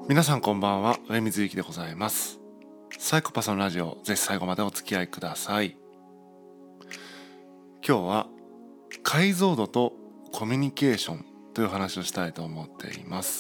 皆さんこんばんは、上水幸でございます。サイコパスのラジオ、ぜひ最後までお付き合いください。今日は解像度とコミュニケーションという話をしたいと思っています。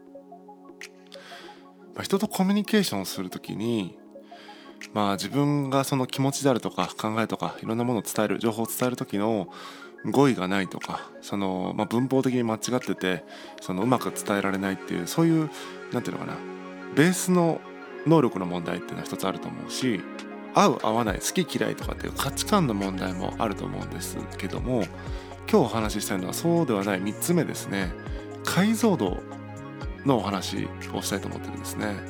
人とコミュニケーションをするときに、自分がその気持ちであるとか考えとかいろんなものを伝える、情報を伝えるときの語彙がないとか、文法的に間違っててうまく伝えられないっていう、そういうなんていうのかな、ベースの能力の問題っていうのは一つあると思うし、合う合わない、好き嫌いとかっていう価値観の問題もあると思うんですけども、今日お話ししたいのはそうではない3つ目ですね。解像度のお話をしたいと思ってるんですね。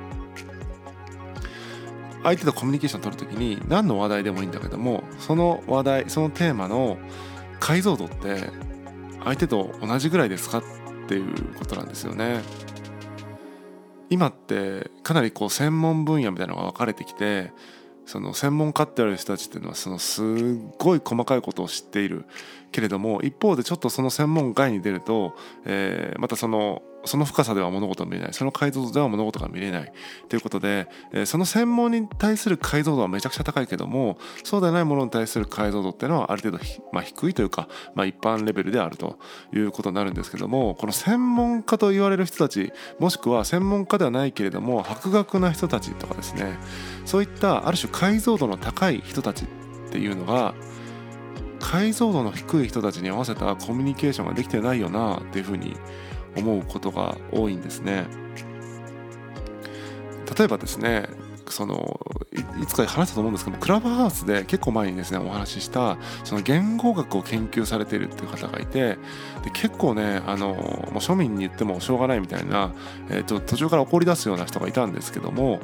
相手とコミュニケーションを取るときに何の話題でもいいんだけども、その話題、そのテーマの解像度って相手と同じぐらいですかっていうことなんですよね。今ってかなり専門分野みたいなのが分かれてきて、その専門家って言われる人たちっていうのはすっごい細かいことを知っているけれども、一方でちょっとその専門外に出ると、またその深さでは物事が見れない、その解像度では物事が見れないということで、その専門に対する解像度はめちゃくちゃ高いけども、そうでないものに対する解像度っていうのはある程度低いというか、一般レベルであるということになるんですけども、この専門家と言われる人たち、もしくは専門家ではないけれども博学な人たちとかですね、そういったある種解像度の高い人たちっていうのが、解像度の低い人たちに合わせたコミュニケーションができてないよなっていうふうに思うことが多いんですね。例えばですね、いつか話したと思うんですけども、クラブハウスで結構前にですねお話ししたその言語学を研究されているっていう方がいて、で結構ねもう庶民に言ってもしょうがないみたいな、途中から怒り出すような人がいたんですけども、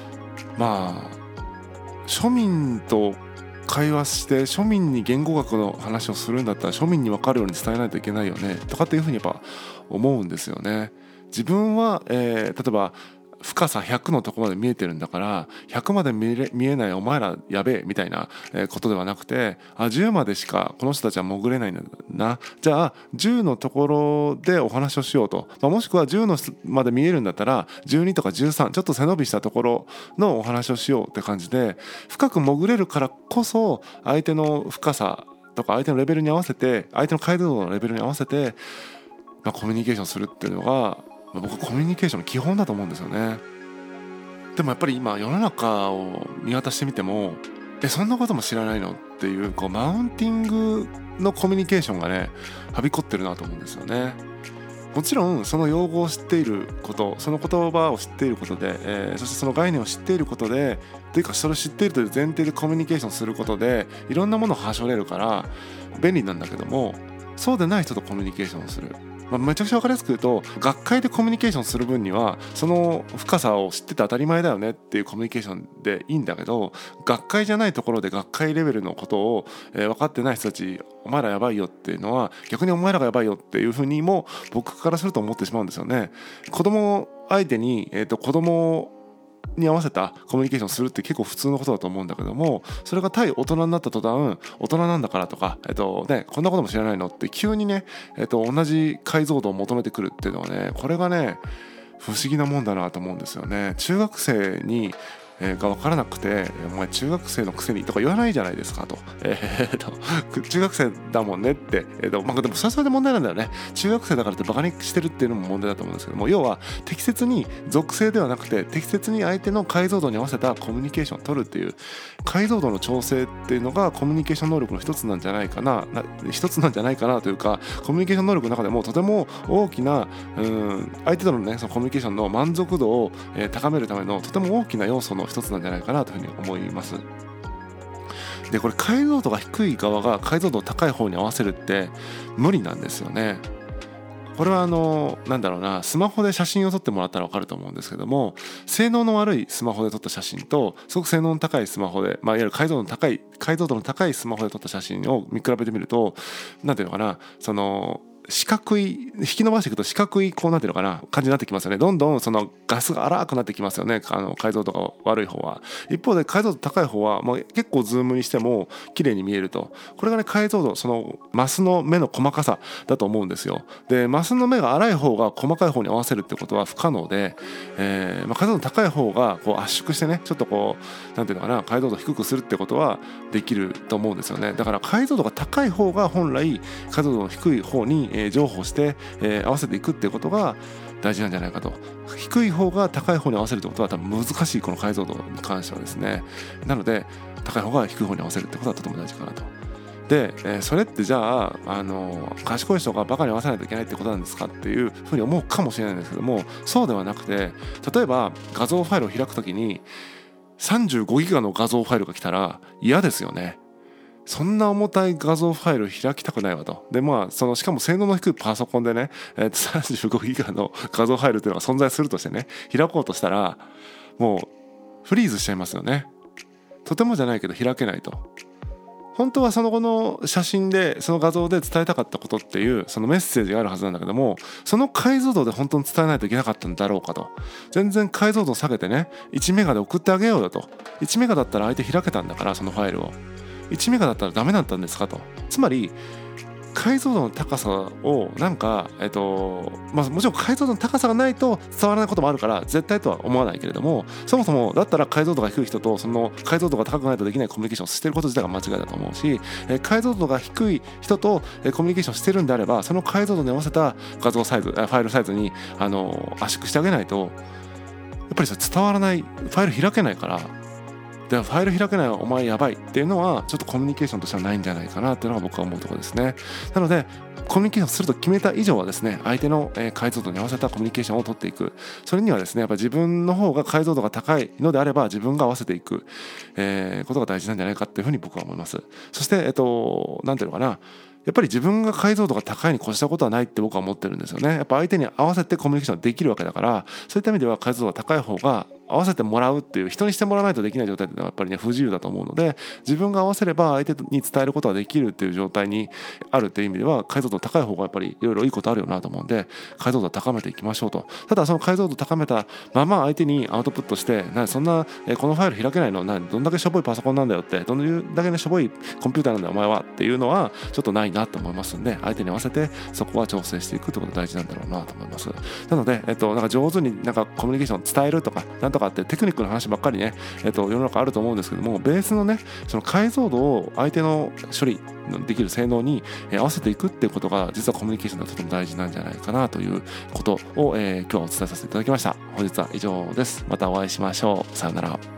庶民と会話して庶民に言語学の話をするんだったら庶民に分かるように伝えないといけないよねとかっていうふうにやっぱ思うんですよね。自分は、例えば深さ100のところまで見えてるんだから100まで見えないお前らやべえみたいなことではなくて、10までしかこの人たちは潜れないんだな、じゃあ10のところでお話をしようと、もしくは10のまで見えるんだったら12とか13ちょっと背伸びしたところのお話をしようって感じで、深く潜れるからこそ相手の深さとか相手のレベルに合わせて、相手の解像度のレベルに合わせて、コミュニケーションするっていうのが僕はコミュニケーションの基本だと思うんですよね。でもやっぱり今世の中を見渡してみても、そんなことも知らないのっていう、マウンティングのコミュニケーションがねはびこってるなと思うんですよね。もちろんその用語を知っていること、その言葉を知っていることで、そしてその概念を知っていることでというか、それを知っているという前提でコミュニケーションすることでいろんなものをはしょれるから便利なんだけども、そうでない人とコミュニケーションをする、めちゃくちゃ分かりやすく言うと、学会でコミュニケーションする分にはその深さを知ってて当たり前だよねっていうコミュニケーションでいいんだけど、学会じゃないところで学会レベルのことを、分かってない人たち、お前らやばいよっていうのは逆にお前らがやばいよっていうふうにも僕からすると思ってしまうんですよね。子供相手に、子供に合わせたコミュニケーションするって結構普通のことだと思うんだけども、それが対大人になった途端、大人なんだからとか、こんなことも知らないのって急にね、同じ解像度を求めてくるっていうのはね、これがね不思議なもんだなと思うんですよね。中学生にが分からなくて、お前中学生のくせにとか言わないじゃないですかと、中学生だもんねって、でもそれはそれで問題なんだよね。中学生だからってバカにしてるっていうのも問題だと思うんですけども、要は適切に属性ではなくて適切に相手の解像度に合わせたコミュニケーションを取るっていう、解像度の調整っていうのがコミュニケーション能力の一つなんじゃないかなというか、コミュニケーション能力の中でもとても大きな相手とのねそのコミュニケーションの満足度を高めるためのとても大きな要素の一つなんじゃないかなというふうに思います。でこれ解像度が低い側が解像度高い方に合わせるって無理なんですよね。これはスマホで写真を撮ってもらったら分かると思うんですけども、性能の悪いスマホで撮った写真とすごく性能の高いスマホで、いわゆる解像度の高いスマホで撮った写真を見比べてみると、 四角い引き伸ばしていくと四角いこうなんていうのかな感じになってきますよね。どんどんそのガスが荒くなってきますよね。解像度が悪い方は。一方で解像度高い方は、結構ズームにしても綺麗に見えると。これがね解像度そのマスの目の細かさだと思うんですよ。でマスの目が粗い方が細かい方に合わせるってことは不可能で、解像度高い方がこう圧縮してねちょっとこうなんていうのかな解像度を低くするってことはできると思うんですよね。だから解像度が高い方が本来解像度の低い方に譲歩して、合わせていくっていうことが大事なんじゃないかと。低い方が高い方に合わせるってことは多分難しいこの解像度に関してはですね。なので高い方が低い方に合わせるってことはとても大事かなと。で、それってじゃあ、賢い人がバカに合わせないといけないってことなんですかっていうふうに思うかもしれないんですけども、そうではなくて、例えば画像ファイルを開くときに35ギガの画像ファイルが来たら嫌ですよね。そんな重たい画像ファイル開きたくないわと。でしかも性能の低いパソコンでね、35ギガの画像ファイルっていうのが存在するとしてね、開こうとしたらもうフリーズしちゃいますよね。とてもじゃないけど開けないと。本当はその後の写真でその画像で伝えたかったことっていうそのメッセージがあるはずなんだけども、その解像度で本当に伝えないといけなかったんだろうかと。全然解像度を下げてね1メガで送ってあげようよと。1メガだったら相手開けたんだからそのファイルを1メガだったらダメだったんですかと。つまり解像度の高さをなんかもちろん解像度の高さがないと伝わらないこともあるから絶対とは思わないけれども、そもそもだったら解像度が低い人とその解像度が高くないとできないコミュニケーションをしていること自体が間違いだと思うし、解像度が低い人とコミュニケーションしてるんであればその解像度に合わせた画像サイズファイルサイズに圧縮してあげないとやっぱり伝わらない、ファイル開けないから。でファイル開けないお前やばいっていうのはちょっとコミュニケーションとしてはないんじゃないかなっていうのが僕は思うところですね。なのでコミュニケーションすると決めた以上はですね、相手の解像度に合わせたコミュニケーションを取っていく。それにはですねやっぱり自分の方が解像度が高いのであれば自分が合わせていく、ことが大事なんじゃないかっていうふうに僕は思います。そしてなんていうのかな、やっぱり自分が解像度が高いに越したことはないって僕は思ってるんですよね。やっぱ相手に合わせてコミュニケーションできるわけだから、そういった意味では解像度が高い方が合わせてもらうっていう人にしてもらわないとできない状態っていうのはやっぱりね不自由だと思うので、自分が合わせれば相手に伝えることができるっていう状態にあるっていう意味では解像度高い方がやっぱりいろいろいいことあるよなと思うんで、解像度を高めていきましょうと。ただその解像度を高めたまま相手にアウトプットして、そんなこのファイル開けないのどんだけしょぼいパソコンなんだよって、どんだけねしょぼいコンピューターなんだよお前はっていうのはちょっとないなと思いますんで、相手に合わせてそこは調整していくってことが大事なんだろうなと思います。なのでなんか上手になんかコミュニケーション伝えるとかなんとかってテクニックの話ばっかりね世の中あると思うんですけども、ベースのねその解像度を相手の処理できる性能に合わせていくっていうことが実はコミュニケーションではとても大事なんじゃないかなということを今日はお伝えさせていただきました。本日は以上です。またお会いしましょう。さよなら。